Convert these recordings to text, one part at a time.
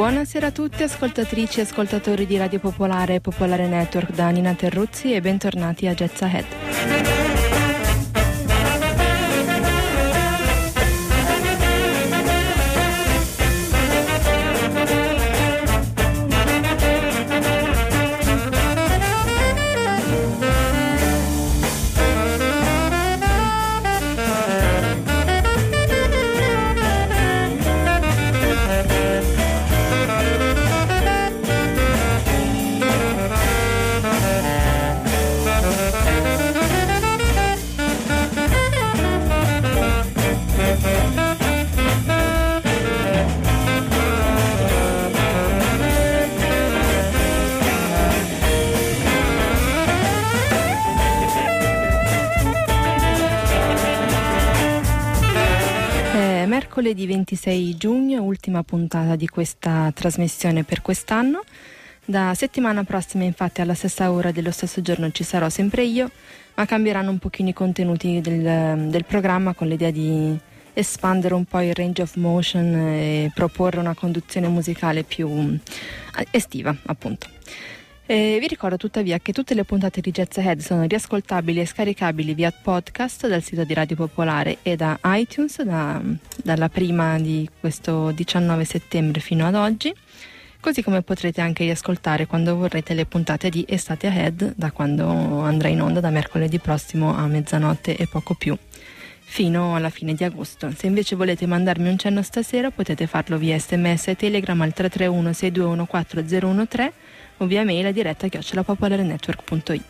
Buonasera a tutti ascoltatrici e ascoltatori di Radio Popolare e Popolare Network da Nina Terruzzi e bentornati a Jazz Ahead. Mercoledì 26 giugno, ultima puntata di questa trasmissione per quest'anno. Da settimana prossima, infatti, alla stessa ora dello stesso giorno ci sarò sempre io, ma cambieranno un pochino i contenuti del programma con l'idea di espandere un po' il range of motion e proporre una conduzione musicale più estiva, appunto. Vi ricordo tuttavia che tutte le puntate di Jazz Ahead sono riascoltabili e scaricabili via podcast dal sito di Radio Popolare e da iTunes dalla prima di questo 19 settembre fino ad oggi, così come potrete anche riascoltare quando vorrete le puntate di Estate Ahead da quando andrà in onda da mercoledì prossimo a mezzanotte e poco più fino alla fine di agosto. Se invece volete mandarmi un cenno stasera potete farlo via SMS e Telegram al 331 621 4013 o via mail a diretta@popolarenetwork.it.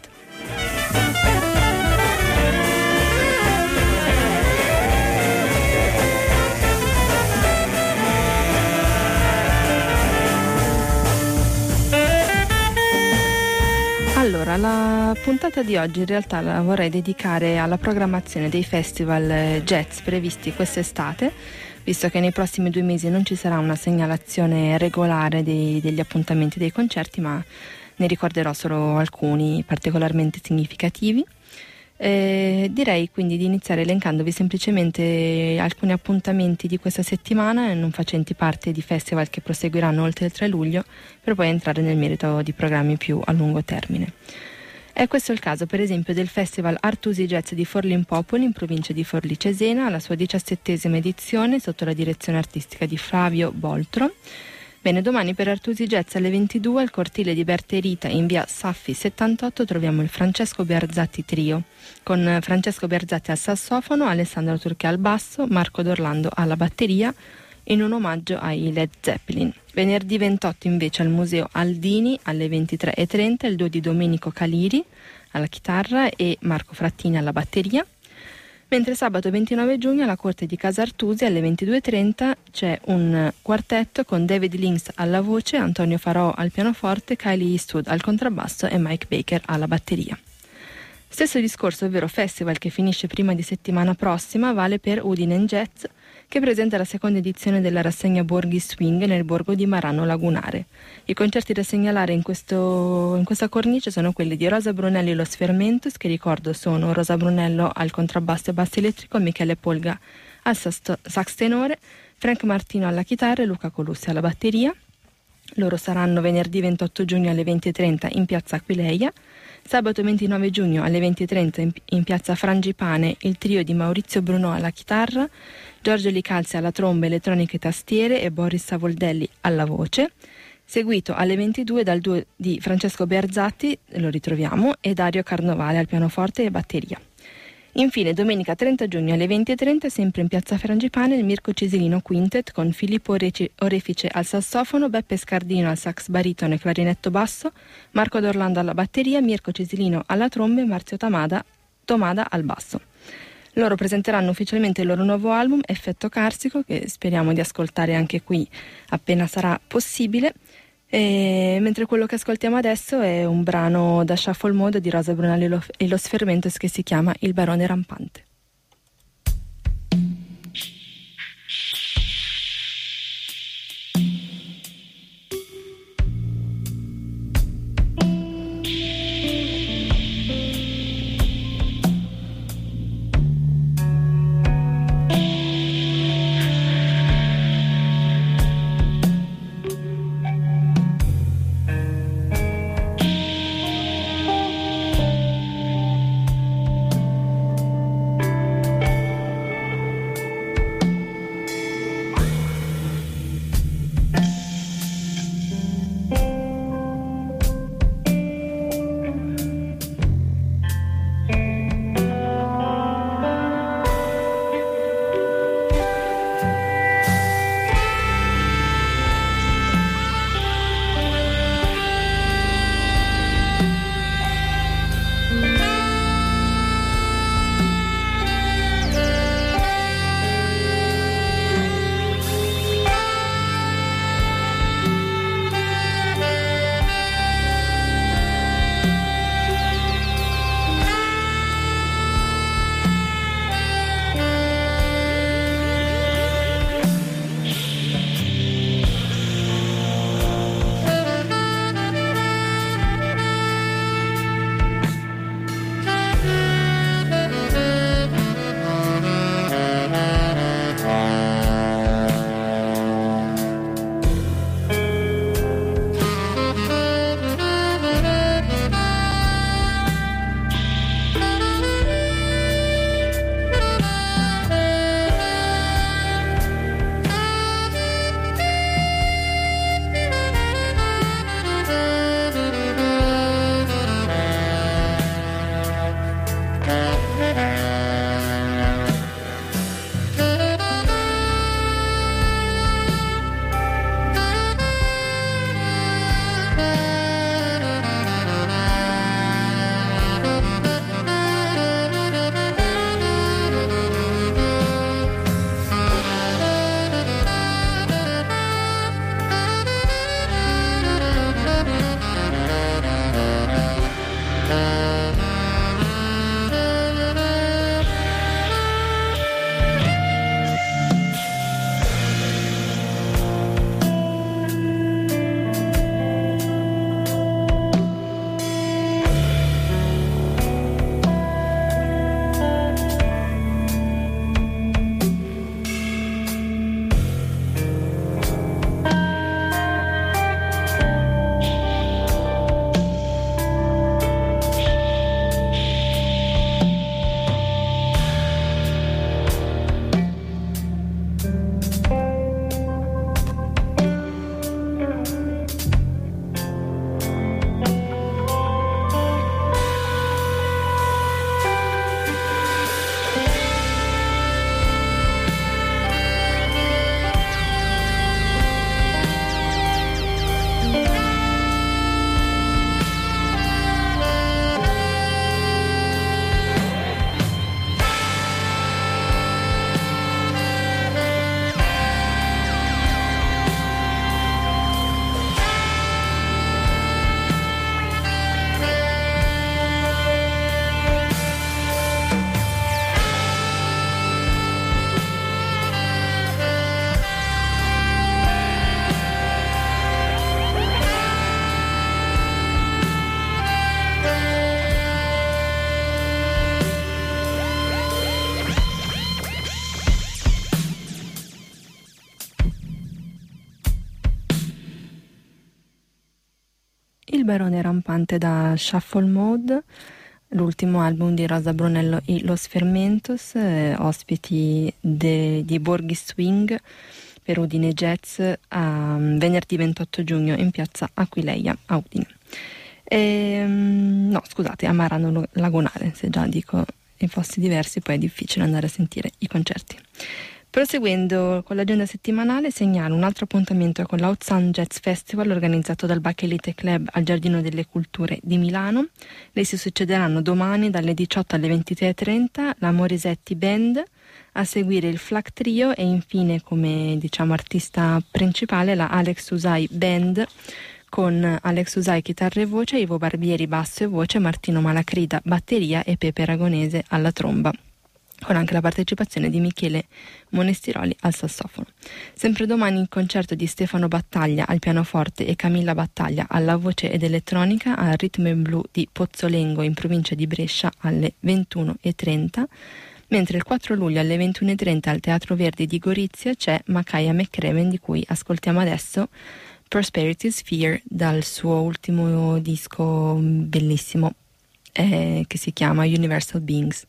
Allora, la puntata di oggi in realtà la vorrei dedicare alla programmazione dei festival jazz previsti quest'estate, visto che nei prossimi 2 mesi non ci sarà una segnalazione regolare degli appuntamenti dei concerti, ma ne ricorderò solo alcuni particolarmente significativi. Direi quindi di iniziare elencandovi semplicemente alcuni appuntamenti di questa settimana, non facenti parte di festival che proseguiranno oltre il 3 luglio, per poi entrare nel merito di programmi più a lungo termine. È questo il caso per esempio del Festival Artusi Jazz di Forlì in Popoli in provincia di Forlì Cesena, alla sua 17ª edizione sotto la direzione artistica di Flavio Boltro. Bene, domani per Artusi Jazz alle 22 al cortile di Berterita in via Saffi 78 troviamo il Francesco Bearzatti Trio, con Francesco Bearzatti al sassofono, Alessandro Turchi al basso, Marco D'Orlando alla batteria, in un omaggio ai Led Zeppelin. Venerdì 28 invece al Museo Aldini alle 23:30 il duo di Domenico Caliri alla chitarra e Marco Frattini alla batteria. Mentre sabato 29 giugno alla corte di Casa Artusi alle 22:30 c'è un quartetto con David Links alla voce, Antonio Farò al pianoforte, Kylie Eastwood al contrabbasso e Mike Baker alla batteria. Stesso discorso, ovvero festival che finisce prima di settimana prossima, vale per Udine Jazz, che presenta la seconda edizione della rassegna Borghi Swing nel borgo di Marano Lagunare. I concerti da segnalare in questa cornice sono quelli di Rosa Brunelli Los Fermentos, che ricordo sono Rosa Brunello al contrabbasso e basso elettrico, Michele Polga al sax tenore, Frank Martino alla chitarra e Luca Colussi alla batteria. Loro saranno venerdì 28 giugno alle 20:30 in piazza Aquileia, sabato 29 giugno alle 20:30 in piazza Frangipane il trio di Maurizio Brunò alla chitarra, Giorgio Licalzi alla tromba, elettronica e tastiere e Boris Savoldelli alla voce, seguito alle 22 dal duo di Francesco Bearzatti, lo ritroviamo, e Dario Carnovale al pianoforte e batteria. Infine, domenica 30 giugno alle 20:30, sempre in piazza Frangipane, il Mirko Cisilino Quintet con Filippo Orefice al sassofono, Beppe Scardino al sax baritono e clarinetto basso, Marco D'Orlando alla batteria, Mirko Cisilino alla tromba e Marzio Tomada al basso. Loro presenteranno ufficialmente il loro nuovo album, Effetto Carsico, che speriamo di ascoltare anche qui appena sarà possibile. Mentre quello che ascoltiamo adesso è un brano da Shuffle Mode di Rosa Brunelli e Los Fermentos che si chiama Il Barone Rampante. Il Barone Rampante da Shuffle Mode, l'ultimo album di Rosa Brunello e Los Fermentos, ospiti di Borghi Swing per Udine Jazz a venerdì 28 giugno in piazza Aquileia a Udine. No, scusate, a Marano Lagonare, se già dico in posti diversi poi è difficile andare a sentire i concerti. Proseguendo con l'agenda settimanale, segnalo un altro appuntamento con l'Outsound Jazz Festival organizzato dal Bachelit Club al Giardino delle Culture di Milano. Le si succederanno domani dalle 18 alle 23:30 la Morisetti Band, a seguire il Flak Trio e infine come artista principale la Alex Usai Band con Alex Usai chitarra e voce, Ivo Barbieri basso e voce, Martino Malacrida batteria e Pepe Aragonese alla tromba, con anche la partecipazione di Michele Monestiroli al sassofono. Sempre domani il concerto di Stefano Battaglia al pianoforte e Camilla Battaglia alla voce ed elettronica al Ritmo and Blu di Pozzolengo in provincia di Brescia alle 21:30, mentre il 4 luglio alle 21:30 al Teatro Verdi di Gorizia c'è Makaya McCraven, di cui ascoltiamo adesso Prosperity Sphere dal suo ultimo disco bellissimo che si chiama Universal Beings.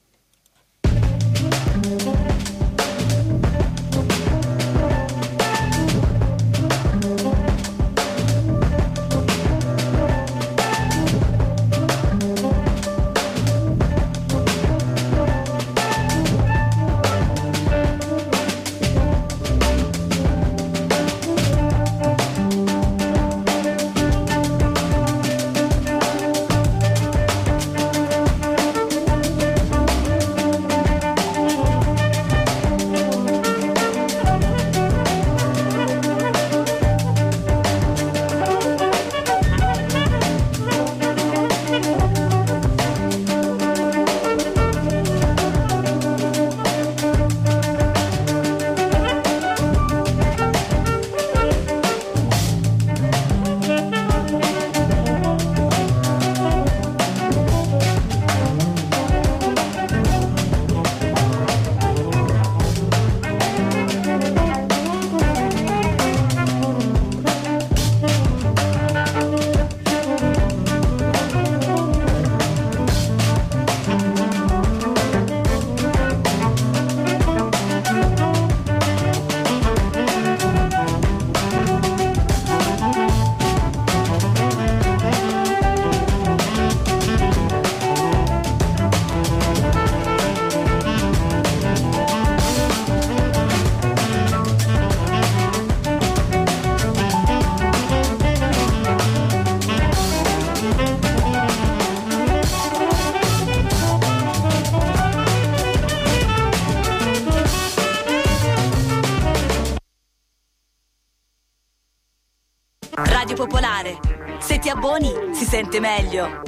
Radio Popolare, se ti abboni si sente meglio.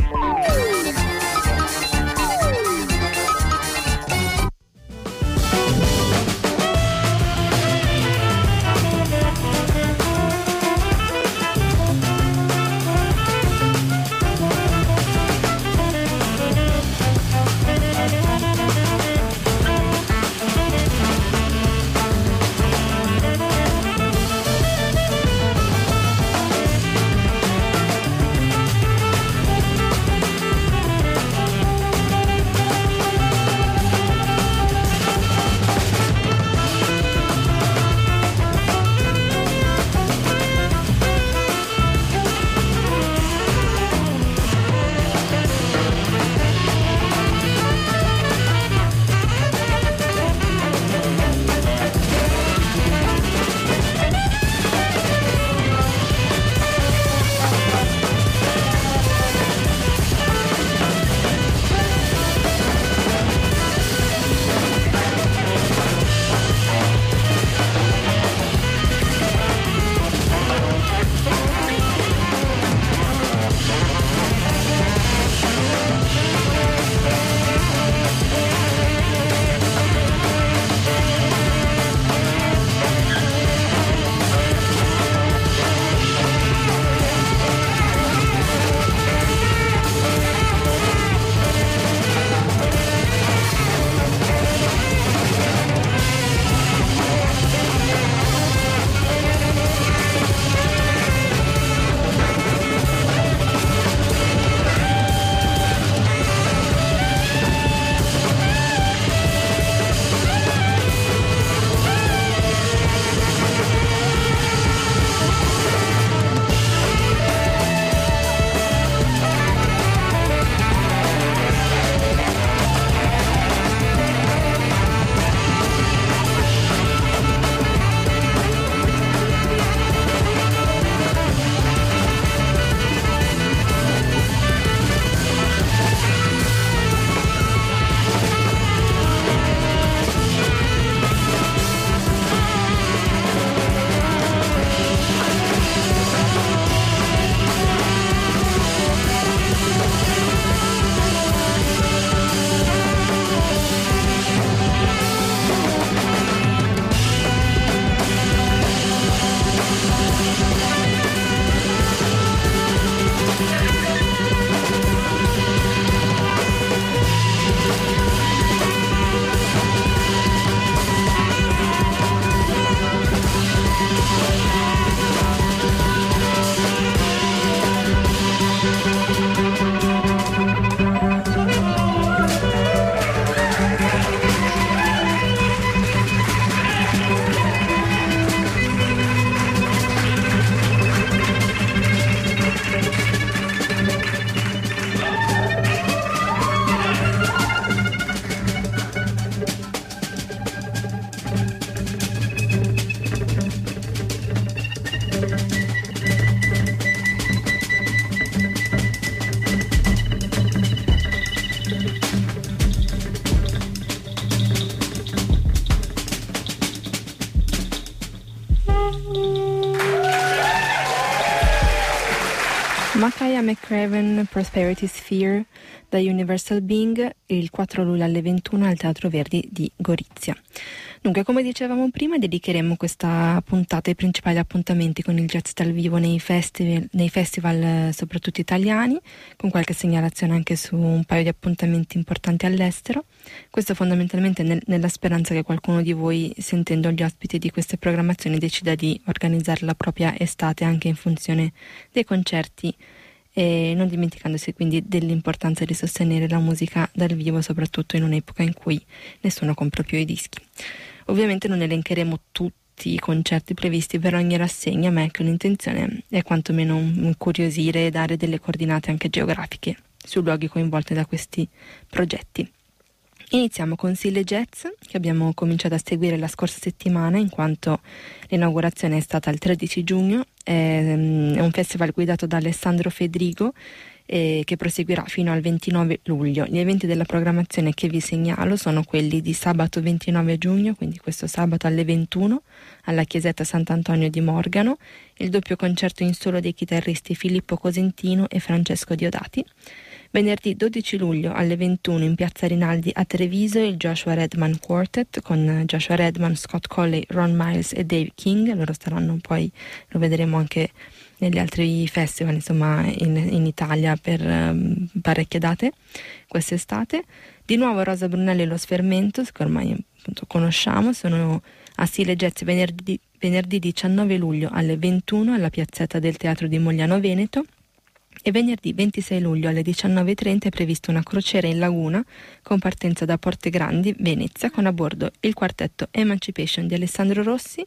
Makaya McCraven Prosperity Sphere da Universal Being il 4 luglio alle 21 al Teatro Verdi di Gorizia. Dunque, come dicevamo prima, dedicheremo questa puntata ai principali appuntamenti con il jazz dal vivo nei festival soprattutto italiani, con qualche segnalazione anche su un paio di appuntamenti importanti all'estero. Questo fondamentalmente nella speranza che qualcuno di voi, sentendo gli ospiti di queste programmazioni, decida di organizzare la propria estate anche in funzione dei concerti, e non dimenticandosi quindi dell'importanza di sostenere la musica dal vivo, soprattutto in un'epoca in cui nessuno compra più i dischi. Ovviamente non elencheremo tutti i concerti previsti per ogni rassegna, ma ecco, l'intenzione è quantomeno incuriosire e dare delle coordinate anche geografiche sui luoghi coinvolti da questi progetti. Iniziamo con Sile Jazz, che abbiamo cominciato a seguire la scorsa settimana, in quanto l'inaugurazione è stata il 13 giugno. È un festival guidato da Alessandro Fedrigo, che proseguirà fino al 29 luglio. Gli eventi della programmazione che vi segnalo sono quelli di sabato 29 giugno, quindi questo sabato alle 21 alla chiesetta Sant'Antonio di Morgano, il doppio concerto in solo dei chitarristi Filippo Cosentino e Francesco Diodati. Venerdì 12 luglio alle 21 in Piazza Rinaldi a Treviso il Joshua Redman Quartet con Joshua Redman, Scott Colley, Ron Miles e Dave King. Loro saranno poi, lo vedremo anche negli altri festival, insomma, in Italia per parecchie date quest'estate. Di nuovo Rosa Brunelli e lo Sfermentos, che ormai appunto conosciamo, sono a Sile Jazz venerdì 19 luglio alle 21 alla piazzetta del Teatro di Mogliano Veneto. E venerdì 26 luglio alle 19.30 è prevista una crociera in laguna con partenza da Porte Grandi, Venezia, con a bordo il quartetto Emancipation di Alessandro Rossi,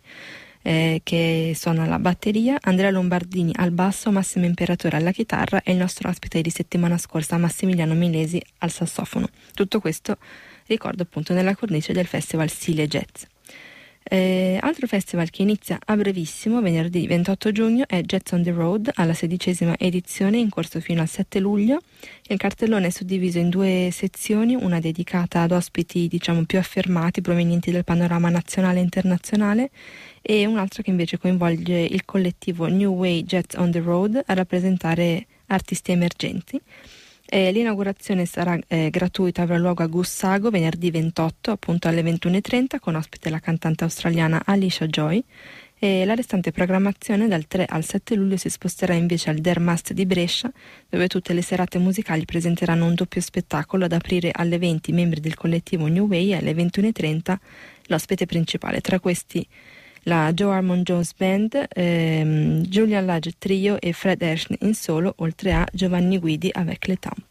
che suona la batteria, Andrea Lombardini al basso, Massimo Imperatore alla chitarra e il nostro ospite di settimana scorsa Massimiliano Milesi al sassofono. Tutto questo, ricordo, appunto nella cornice del festival Sile Jazz. Altro festival che inizia a brevissimo, venerdì 28 giugno, è Jazz on the Road, alla 16ª edizione, in corso fino al 7 luglio. Il cartellone è suddiviso in due sezioni, una dedicata ad ospiti diciamo più affermati provenienti dal panorama nazionale e internazionale, e un'altra che invece coinvolge il collettivo New Way Jazz on the Road a rappresentare artisti emergenti. L'inaugurazione sarà gratuita, avrà luogo a Gussago venerdì 28 appunto alle 21.30 con ospite la cantante australiana Alicia Joy, e la restante programmazione dal 3 al 7 luglio si sposterà invece al Der Mast di Brescia, dove tutte le serate musicali presenteranno un doppio spettacolo, ad aprire alle 20 membri del collettivo New Way e alle 21.30 l'ospite principale, tra questi la Joe Harmon Jones Band, Julian Lage Trio e Fred Hershn in solo, oltre a Giovanni Guidi avec le temps.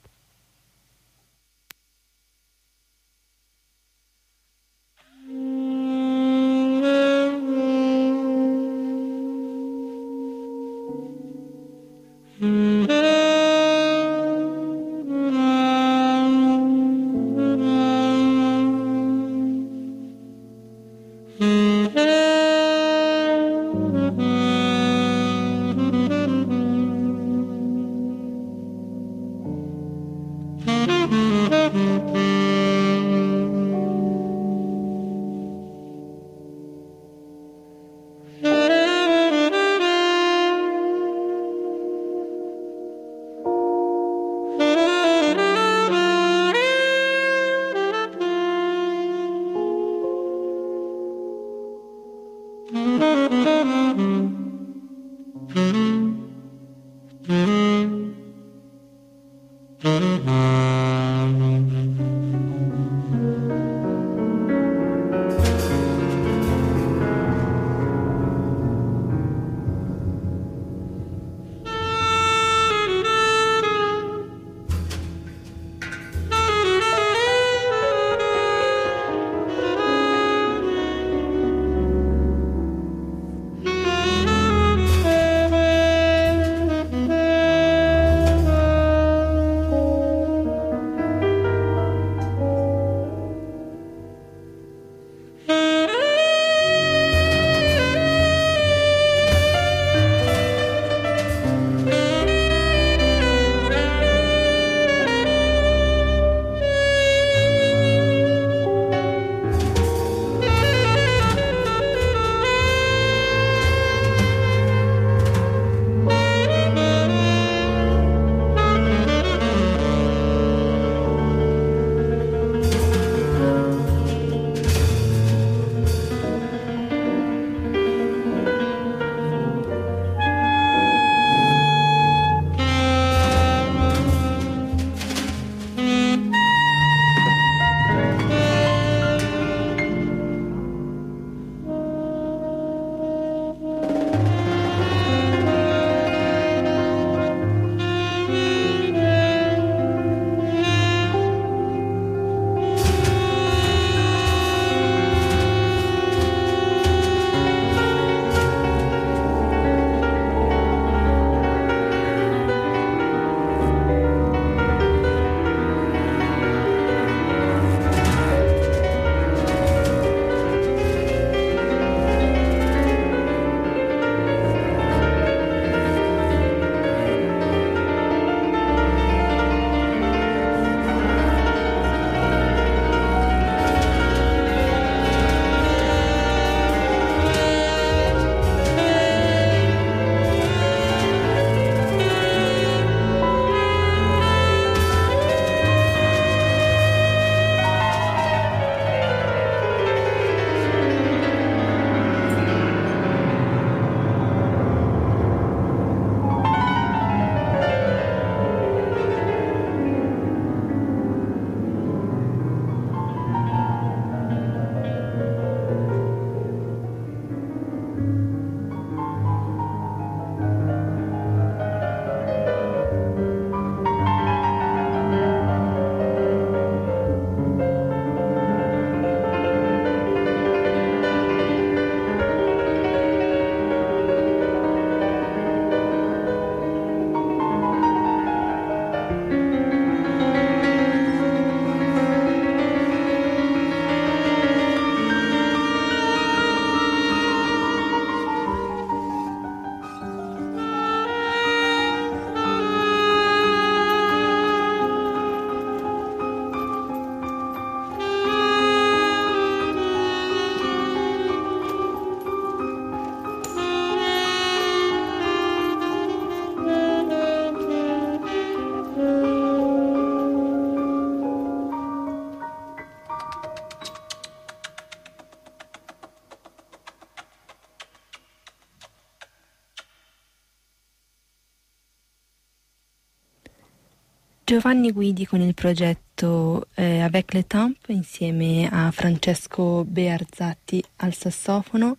Giovanni Guidi con il progetto Avec le Temps, insieme a Francesco Bearzatti al sassofono,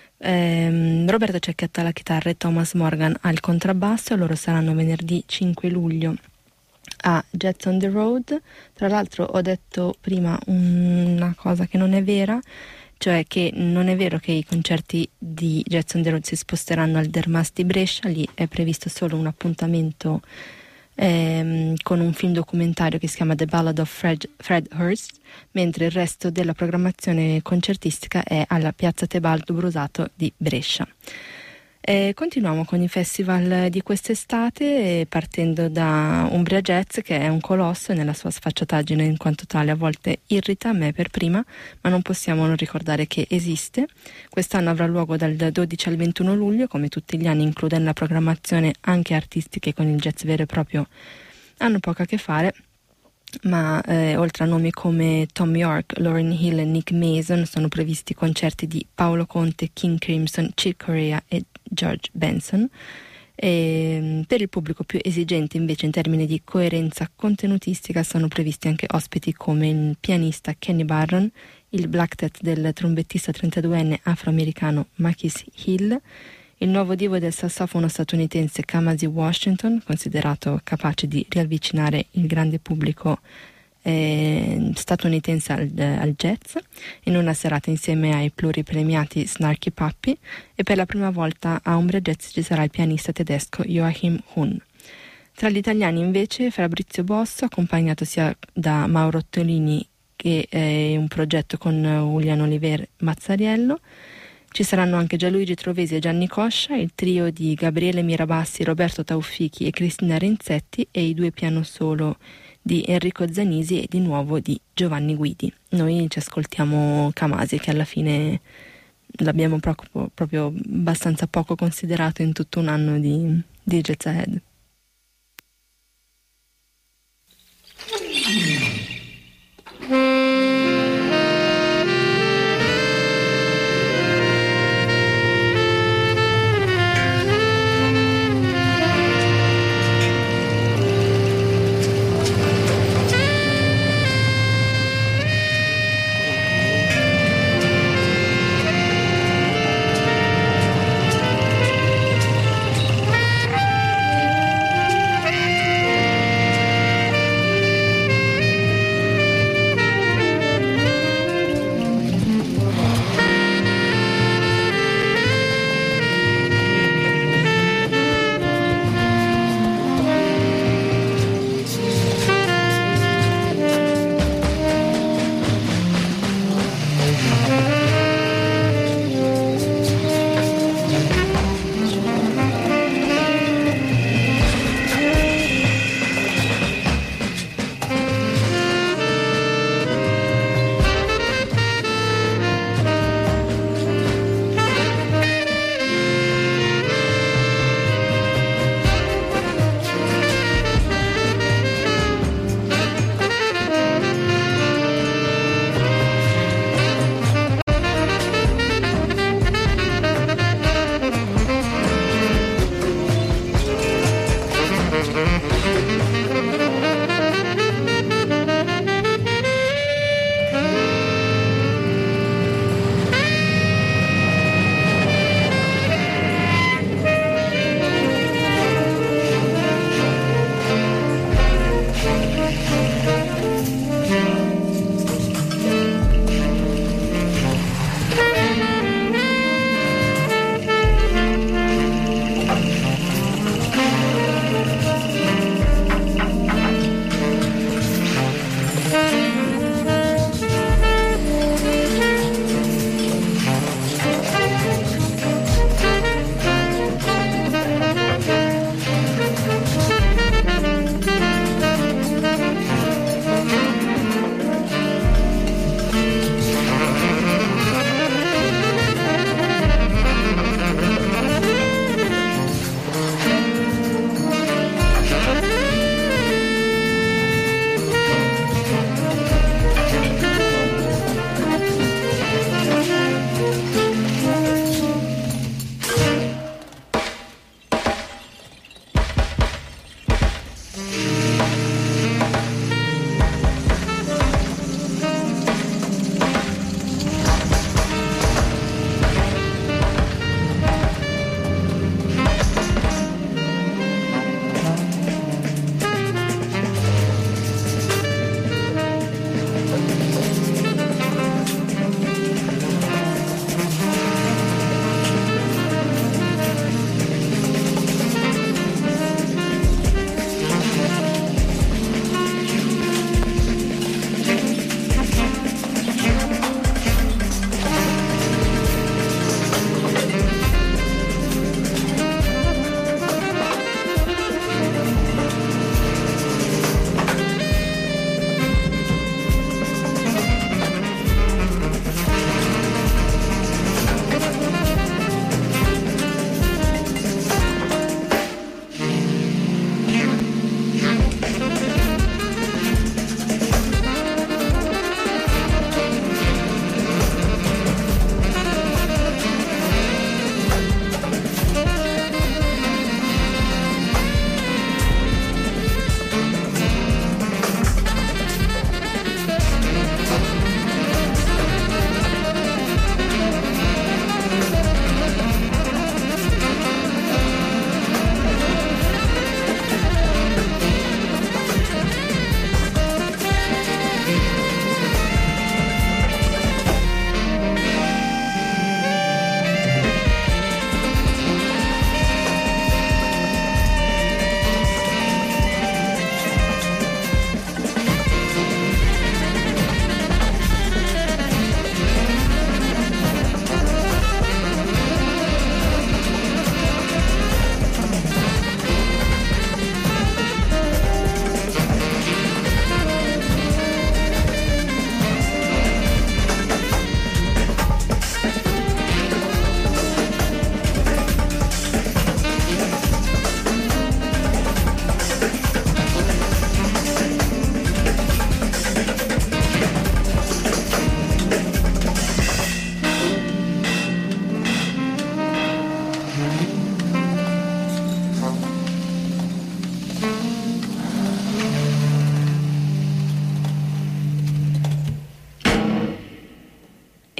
Roberto Cecchetta alla chitarra e Thomas Morgan al contrabbasso. Loro saranno venerdì 5 luglio a Jazz on the Road. Tra l'altro ho detto prima una cosa che non è vera, cioè che non è vero che i concerti di Jazz on the Road si sposteranno al Dermas di Brescia. Lì è previsto solo un appuntamento con un film documentario che si chiama The Ballad of Fred Hurst, mentre il resto della programmazione concertistica è alla Piazza Tebaldo Brusato di Brescia. Continuiamo con i festival di quest'estate, partendo da Umbria Jazz, che è un colosso nella sua sfacciataggine, in quanto tale a volte irrita me per prima, ma non possiamo non ricordare che esiste. Quest'anno avrà luogo dal 12 al 21 luglio, come tutti gli anni include nella programmazione anche artisti che con il jazz vero e proprio hanno poco a che fare, ma oltre a nomi come Tom York, Lauryn Hill e Nick Mason sono previsti concerti di Paolo Conte, King Crimson, Chick Corea e George Benson. E per il pubblico più esigente invece in termini di coerenza contenutistica sono previsti anche ospiti come il pianista Kenny Barron, il black tat del trombettista 32enne afroamericano Makis Hill, il nuovo divo del sassofono statunitense Kamasi Washington, considerato capace di riavvicinare il grande pubblico statunitense al jazz, in una serata insieme ai pluripremiati Snarky Puppy, e per la prima volta a Umbria Jazz ci sarà il pianista tedesco Joachim Hun. Tra gli italiani invece Fabrizio Bosso, accompagnato sia da Mauro Ottolini che è un progetto con Juliano Oliver Mazzariello. Ci saranno anche Gianluigi Trovesi e Gianni Coscia, il trio di Gabriele Mirabassi, Roberto Taufichi e Cristina Renzetti e i due piano solo di Enrico Zanisi e di nuovo di Giovanni Guidi. Noi ci ascoltiamo Kamasi, che alla fine l'abbiamo proprio abbastanza poco considerato in tutto un anno di Jazz Ahead.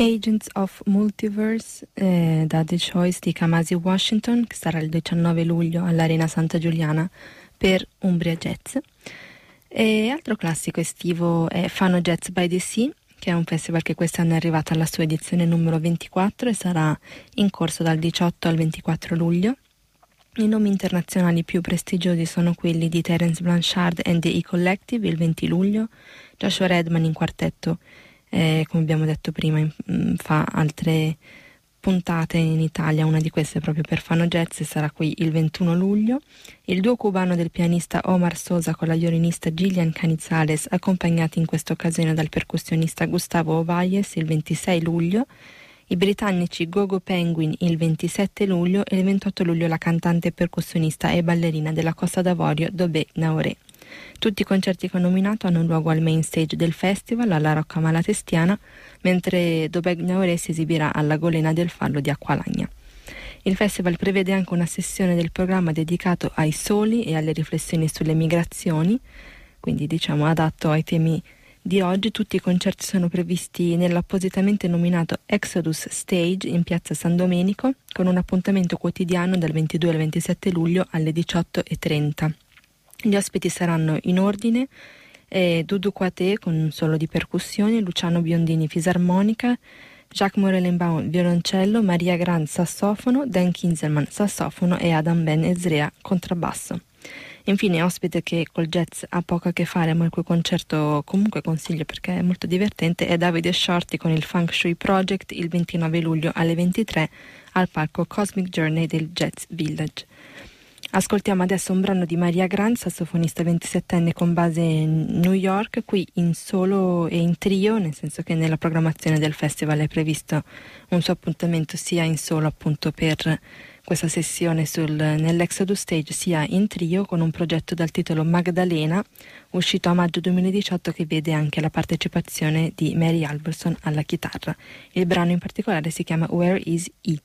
Agents of Multiverse da The Choice di Kamasi Washington, che sarà il 19 luglio all'Arena Santa Giuliana per Umbria Jazz. E altro classico estivo è Fano Jazz by the Sea, che è un festival che quest'anno è arrivato alla sua edizione numero 24 e sarà in corso dal 18 al 24 luglio. I nomi internazionali più prestigiosi sono quelli di Terence Blanchard and the E-Collective il 20 luglio, Joshua Redman in quartetto, come abbiamo detto prima, fa altre puntate in Italia, una di queste proprio per Fano Jazz, e sarà qui il 21 luglio. Il duo cubano del pianista Omar Sosa con la violinista Gillian Canizales, accompagnati in questa occasione dal percussionista Gustavo Ovalles il 26 luglio. I britannici Gogo Penguin il 27 luglio e il 28 luglio la cantante e percussionista e ballerina della Costa d'Avorio Dobé Naoré. Tutti i concerti che ho nominato hanno luogo al main stage del festival, alla Rocca Malatestiana, mentre Dobé Naoré si esibirà alla Golena del Fallo di Acqualagna. Il festival prevede anche una sessione del programma dedicato ai soli e alle riflessioni sulle migrazioni, quindi diciamo adatto ai temi di oggi. Tutti i concerti sono previsti nell'appositamente nominato Exodus Stage in piazza San Domenico, con un appuntamento quotidiano dal 22 al 27 luglio alle 18:30. Gli ospiti saranno in ordine Dudu Quaté con un solo di percussione, Luciano Biondini fisarmonica, Jacques Morelenbaum violoncello, Maria Grant sassofono, Dan Kinzelman sassofono e Adam Ben Ezrea contrabbasso. Infine, ospite che col jazz ha poco a che fare, ma il cui concerto comunque consiglio perché è molto divertente, è Davide Shorty con il Feng Shui Project il 29 luglio alle 23 al palco Cosmic Journey del Jazz Village. Ascoltiamo adesso un brano di Maria Grant, sassofonista 27enne con base in New York, qui in solo e in trio, nel senso che nella programmazione del festival è previsto un suo appuntamento sia in solo appunto per questa sessione nell'Exodus Stage, sia in trio con un progetto dal titolo Magdalena, uscito a maggio 2018, che vede anche la partecipazione di Mary Alberson alla chitarra. Il brano in particolare si chiama Where Is He?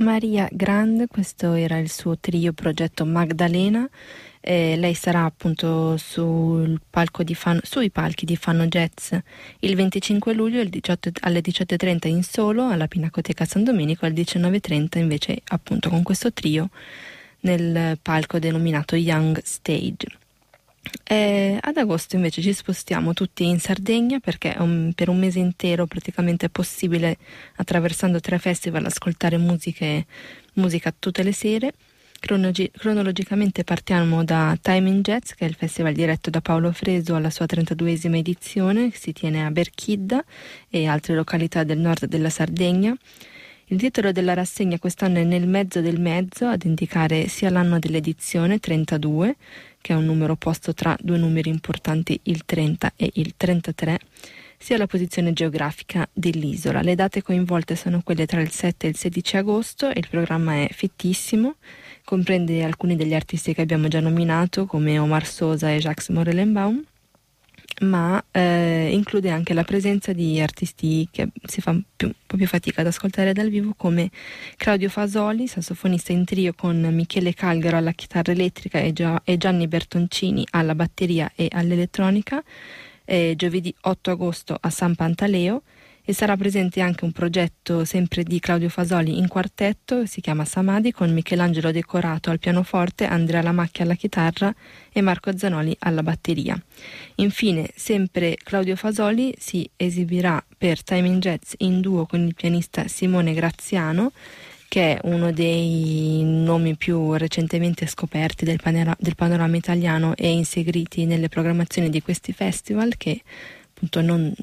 Maria Grand, questo era il suo trio progetto Magdalena. Lei sarà appunto sui palchi di Fano Jazz il 25 luglio alle 18:30 in solo alla Pinacoteca San Domenico, alle 19:30 invece appunto con questo trio nel palco denominato Young Stage. Ad agosto invece ci spostiamo tutti in Sardegna perché per un mese intero praticamente è possibile, attraversando 3 festival, ascoltare musica tutte le sere. Cronologicamente partiamo da Time in Jazz, che è il festival diretto da Paolo Freso alla sua 32esima edizione, che si tiene a Berchidda e altre località del nord della Sardegna. Il titolo della rassegna quest'anno è Nel mezzo del mezzo, ad indicare sia l'anno dell'edizione, 32, che è un numero posto tra 2 numeri importanti, il 30 e il 33, sia la posizione geografica dell'isola. Le date coinvolte sono quelle tra il 7 e il 16 agosto e il programma è fittissimo, comprende alcuni degli artisti che abbiamo già nominato come Omar Sosa e Jacques Morellenbaum, ma include anche la presenza di artisti che si fa un po' più fatica ad ascoltare dal vivo, come Claudio Fasoli, sassofonista in trio con Michele Calgaro alla chitarra elettrica e Gianni Bertoncini alla batteria e all'elettronica, giovedì 8 agosto a San Pantaleo. E sarà presente anche un progetto sempre di Claudio Fasoli in quartetto, si chiama Samadhi, con Michelangelo Decorato al pianoforte, Andrea Lamacchia alla chitarra e Marco Zanoli alla batteria. Infine, sempre Claudio Fasoli si esibirà per Time in Jazz in duo con il pianista Simone Graziano, che è uno dei nomi più recentemente scoperti del panorama italiano e inseriti nelle programmazioni di questi festival, che appunto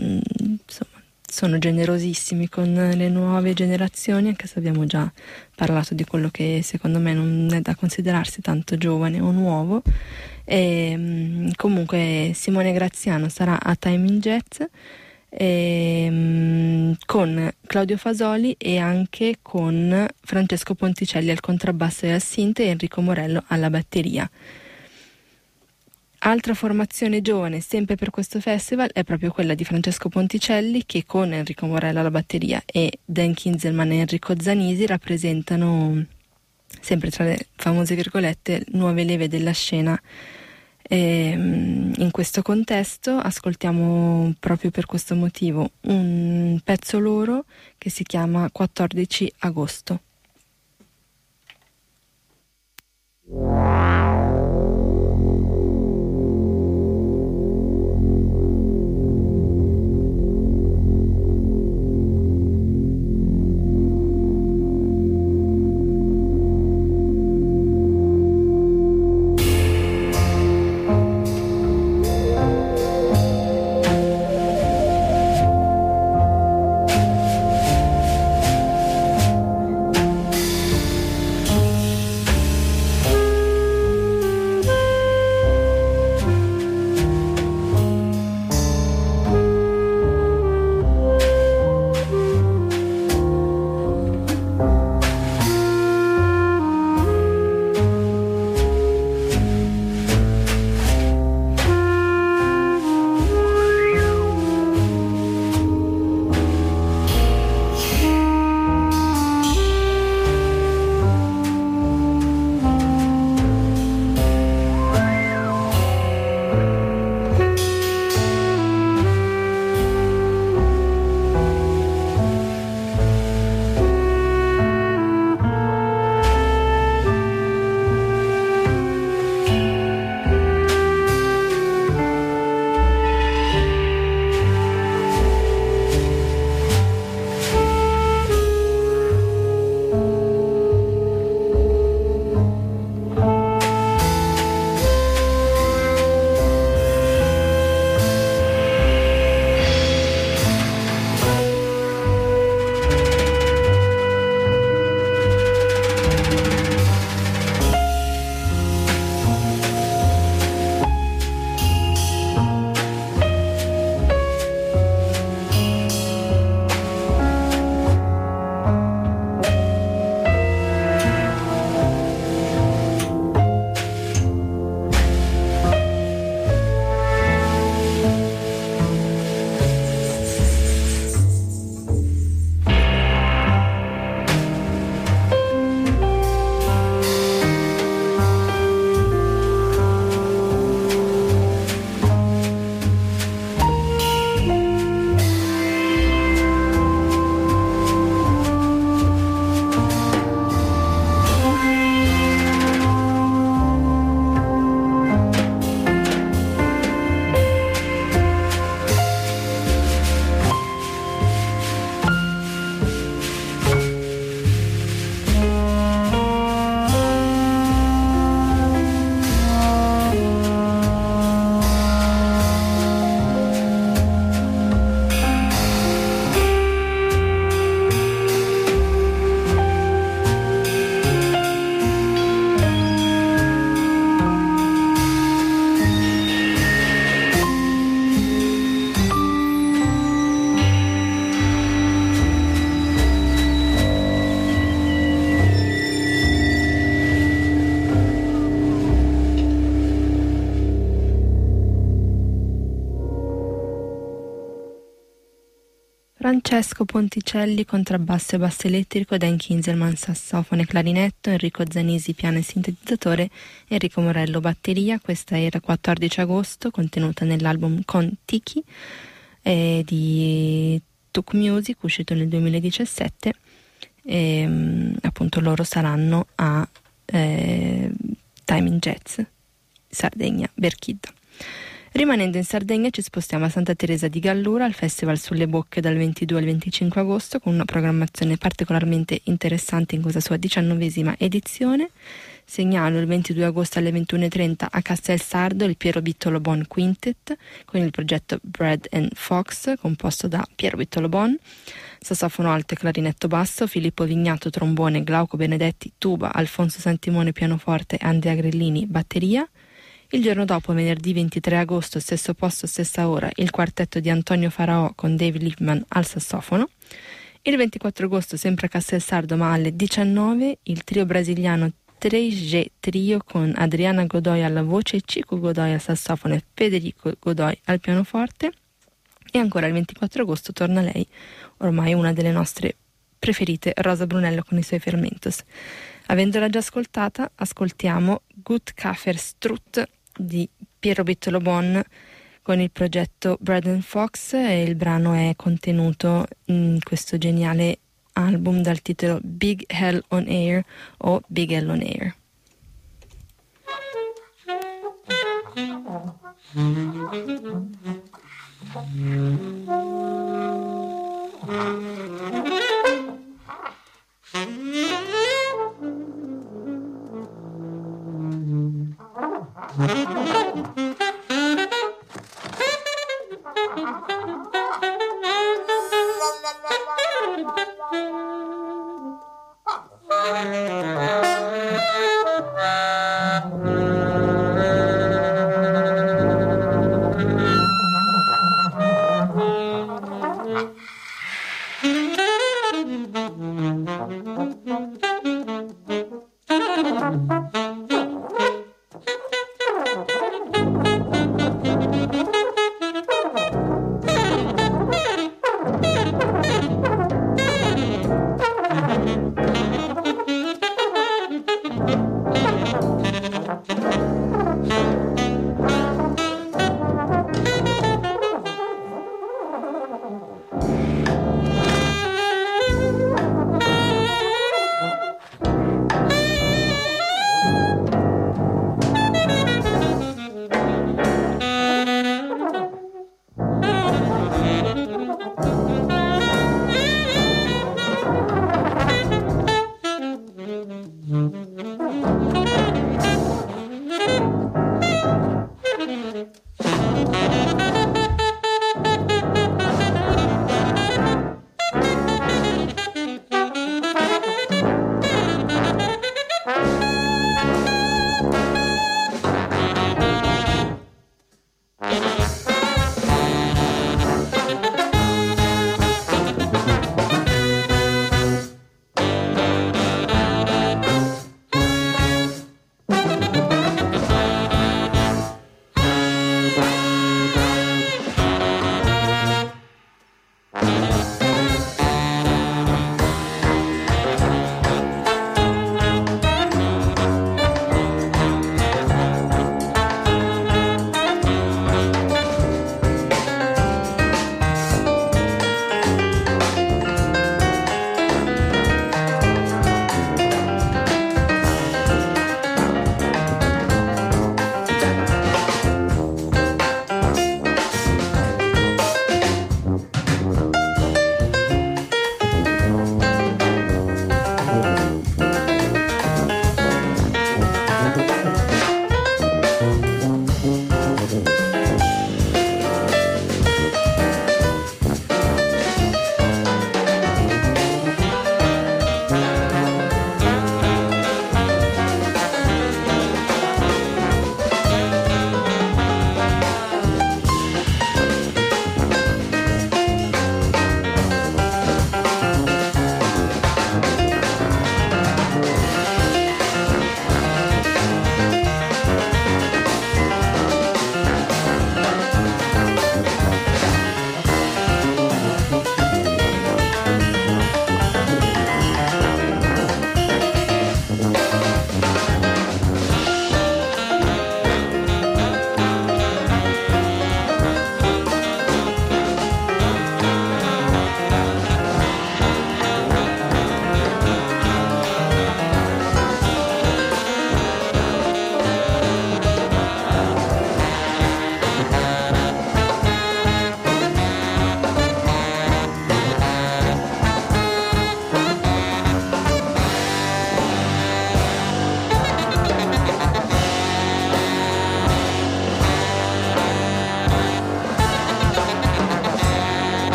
sono generosissimi con le nuove generazioni, anche se abbiamo già parlato di quello che secondo me non è da considerarsi tanto giovane o nuovo. Comunque Simone Graziano sarà a Time in Jazz con Claudio Fasoli e anche con Francesco Ponticelli al contrabbasso e al synth e Enrico Morello alla batteria. Altra formazione giovane sempre per questo festival è proprio quella di Francesco Ponticelli, che con Enrico Morello alla batteria e Dan Kinzelman e Enrico Zanisi rappresentano, sempre tra le famose virgolette, nuove leve della scena. In questo contesto ascoltiamo proprio per questo motivo un pezzo loro che si chiama 14 agosto. Francesco Ponticelli, contrabbasso e basso elettrico, Dan Kinzelman, sassofono e clarinetto, Enrico Zanisi, piano e sintetizzatore, Enrico Morello, batteria. Questa era 14 agosto, contenuta nell'album Con Tiki di Tuk Music, uscito nel 2017. Appunto loro saranno a Time in Jazz, Sardegna, Berchidda. Rimanendo in Sardegna ci spostiamo a Santa Teresa di Gallura al Festival Sulle Bocche dal 22 al 25 agosto con una programmazione particolarmente interessante in questa sua 19ª edizione. Segnalo il 22 agosto alle 21:30 a Castel Sardo il Piero Bittolo Bon Quintet con il progetto Bread and Fox composto da Piero Bittolo Bon, sassofono alto e clarinetto basso, Filippo Vignato trombone, Glauco Benedetti tuba, Alfonso Santimone pianoforte e Andrea Grellini batteria. Il giorno dopo, venerdì 23 agosto, stesso posto, stessa ora, il quartetto di Antonio Faraò con Dave Liebman al sassofono. Il 24 agosto, sempre a Castelsardo, ma alle 19, il trio brasiliano 3G Trio con Adriana Godoy alla voce, Chico Godoy al sassofono e Federico Godoy al pianoforte. E ancora il 24 agosto torna lei, ormai una delle nostre preferite, Rosa Brunello con i suoi Fermentos. Avendola già ascoltata, ascoltiamo Gut Kaffer Strutt di Piero Bittolo Bon con il progetto Bread and Fox, e il brano è contenuto in questo geniale album dal titolo Big Hell on Air o Big Hell on Air.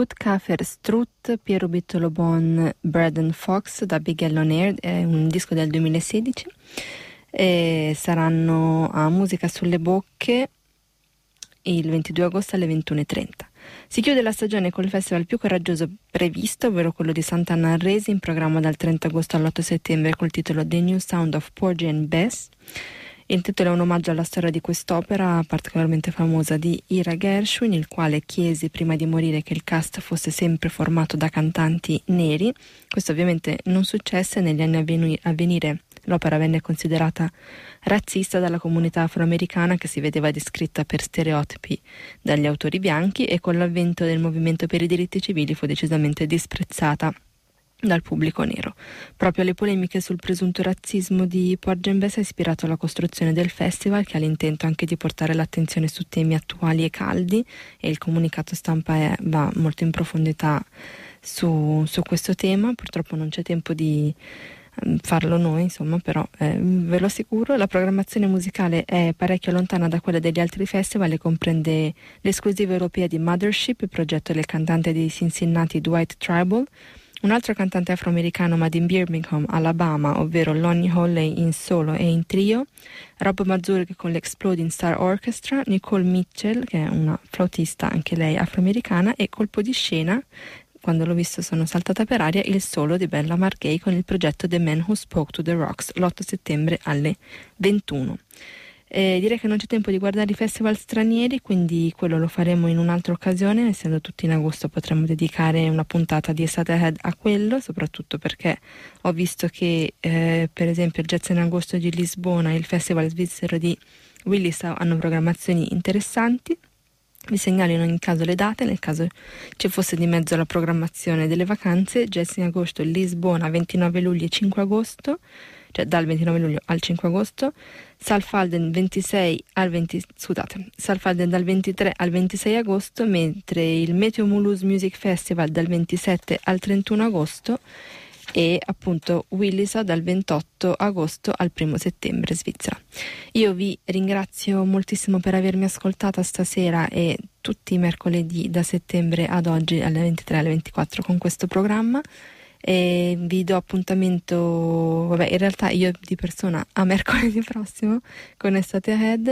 Woodcuffer Strutt, Piero Bittolo Bon, Braden Fox da Big Yellow Nerd, è un disco del 2016, e saranno a Musica sulle Bocche il 22 agosto alle 21:30. Si chiude la stagione col festival più coraggioso previsto, ovvero quello di Sant'Anna al Resi, in programma dal 30 agosto all'8 settembre col titolo The New Sound of Porgy and Bess. Il titolo è un omaggio alla storia di quest'opera particolarmente famosa di Ira Gershwin, il quale chiese prima di morire che il cast fosse sempre formato da cantanti neri. Questo ovviamente non successe. Negli anni a venire l'opera venne considerata razzista dalla comunità afroamericana, che si vedeva descritta per stereotipi dagli autori bianchi, e con l'avvento del movimento per i diritti civili fu decisamente disprezzata dal pubblico nero. Proprio le polemiche sul presunto razzismo di Porgy and Bess ha ispirato la costruzione del festival, che ha l'intento anche di portare l'attenzione su temi attuali e caldi, e il comunicato stampa va molto in profondità su questo tema. Purtroppo non c'è tempo di farlo noi, insomma, però ve lo assicuro, la programmazione musicale è parecchio lontana da quella degli altri festival e comprende l'esclusiva europea di Mothership, il progetto del cantante di Cincinnati Dwight Tribal, un altro cantante afroamericano ma in Birmingham, Alabama, ovvero Lonnie Holley in solo e in trio, Rob Mazurek con l'Exploding Star Orchestra, Nicole Mitchell, che è una flautista anche lei afroamericana, e colpo di scena, quando l'ho visto sono saltata per aria, il solo di Bella Margay con il progetto The Man Who Spoke to the Rocks, l'8 settembre alle 21. Direi che non c'è tempo di guardare i festival stranieri, quindi quello lo faremo in un'altra occasione. Essendo tutti in agosto potremmo dedicare una puntata di Estate Ahead a quello, soprattutto perché ho visto che per esempio il Jazz in Agosto di Lisbona e il festival svizzero di Willisau hanno programmazioni interessanti. Vi segnalo in ogni caso le date, nel caso ci fosse di mezzo la programmazione delle vacanze. Jazz in Agosto Lisbona 29 luglio e 5 agosto, cioè dal 29 luglio al 5 agosto, Salfalden Salfalden dal 23 al 26 agosto, mentre il Meteomulus Music Festival dal 27 al 31 agosto e appunto Willisau dal 28 agosto al 1 settembre, Svizzera. Io vi ringrazio moltissimo per avermi ascoltata stasera e tutti i mercoledì da settembre ad oggi alle 23 alle 24 con questo programma, e vi do appuntamento, in realtà io di persona, a mercoledì prossimo con Estate Ahead,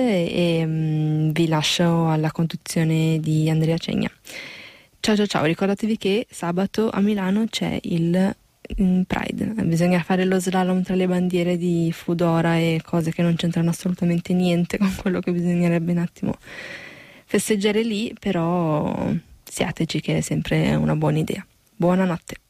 e vi lascio alla conduzione di Andrea Cegna. Ciao, ricordatevi che sabato a Milano c'è il Pride, bisogna fare lo slalom tra le bandiere di Foodora e cose che non c'entrano assolutamente niente con quello che bisognerebbe un attimo festeggiare lì, però siateci, che è sempre una buona idea. Buonanotte.